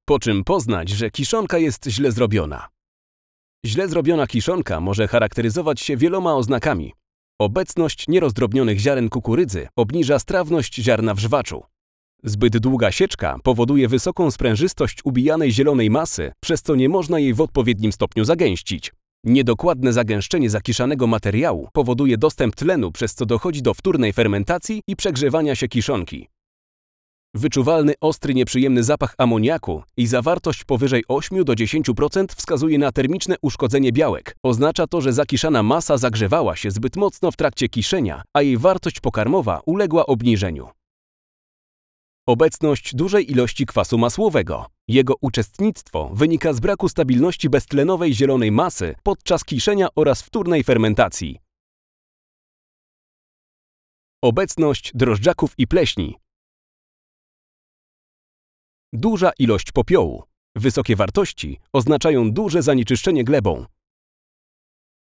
Po czym poznać, że kiszonka jest źle zrobiona? Źle zrobiona kiszonka może charakteryzować się wieloma oznakami. Obecność nierozdrobnionych ziaren kukurydzy obniża strawność ziarna w żwaczu. Zbyt długa sieczka powoduje wysoką sprężystość ubijanej zielonej masy, przez co nie można jej w odpowiednim stopniu zagęścić. Niedokładne zagęszczenie zakiszanego materiału powoduje dostęp tlenu, przez co dochodzi do wtórnej fermentacji i przegrzewania się kiszonki. Wyczuwalny, ostry, nieprzyjemny zapach amoniaku i zawartość powyżej 8 do 10% wskazuje na termiczne uszkodzenie białek. Oznacza to, że zakiszana masa zagrzewała się zbyt mocno w trakcie kiszenia, a jej wartość pokarmowa uległa obniżeniu. Obecność dużej ilości kwasu masłowego. Jego uczestnictwo wynika z braku stabilności beztlenowej zielonej masy podczas kiszenia oraz wtórnej fermentacji. Obecność drożdżaków i pleśni. Duża ilość popiołu. Wysokie wartości oznaczają duże zanieczyszczenie glebą.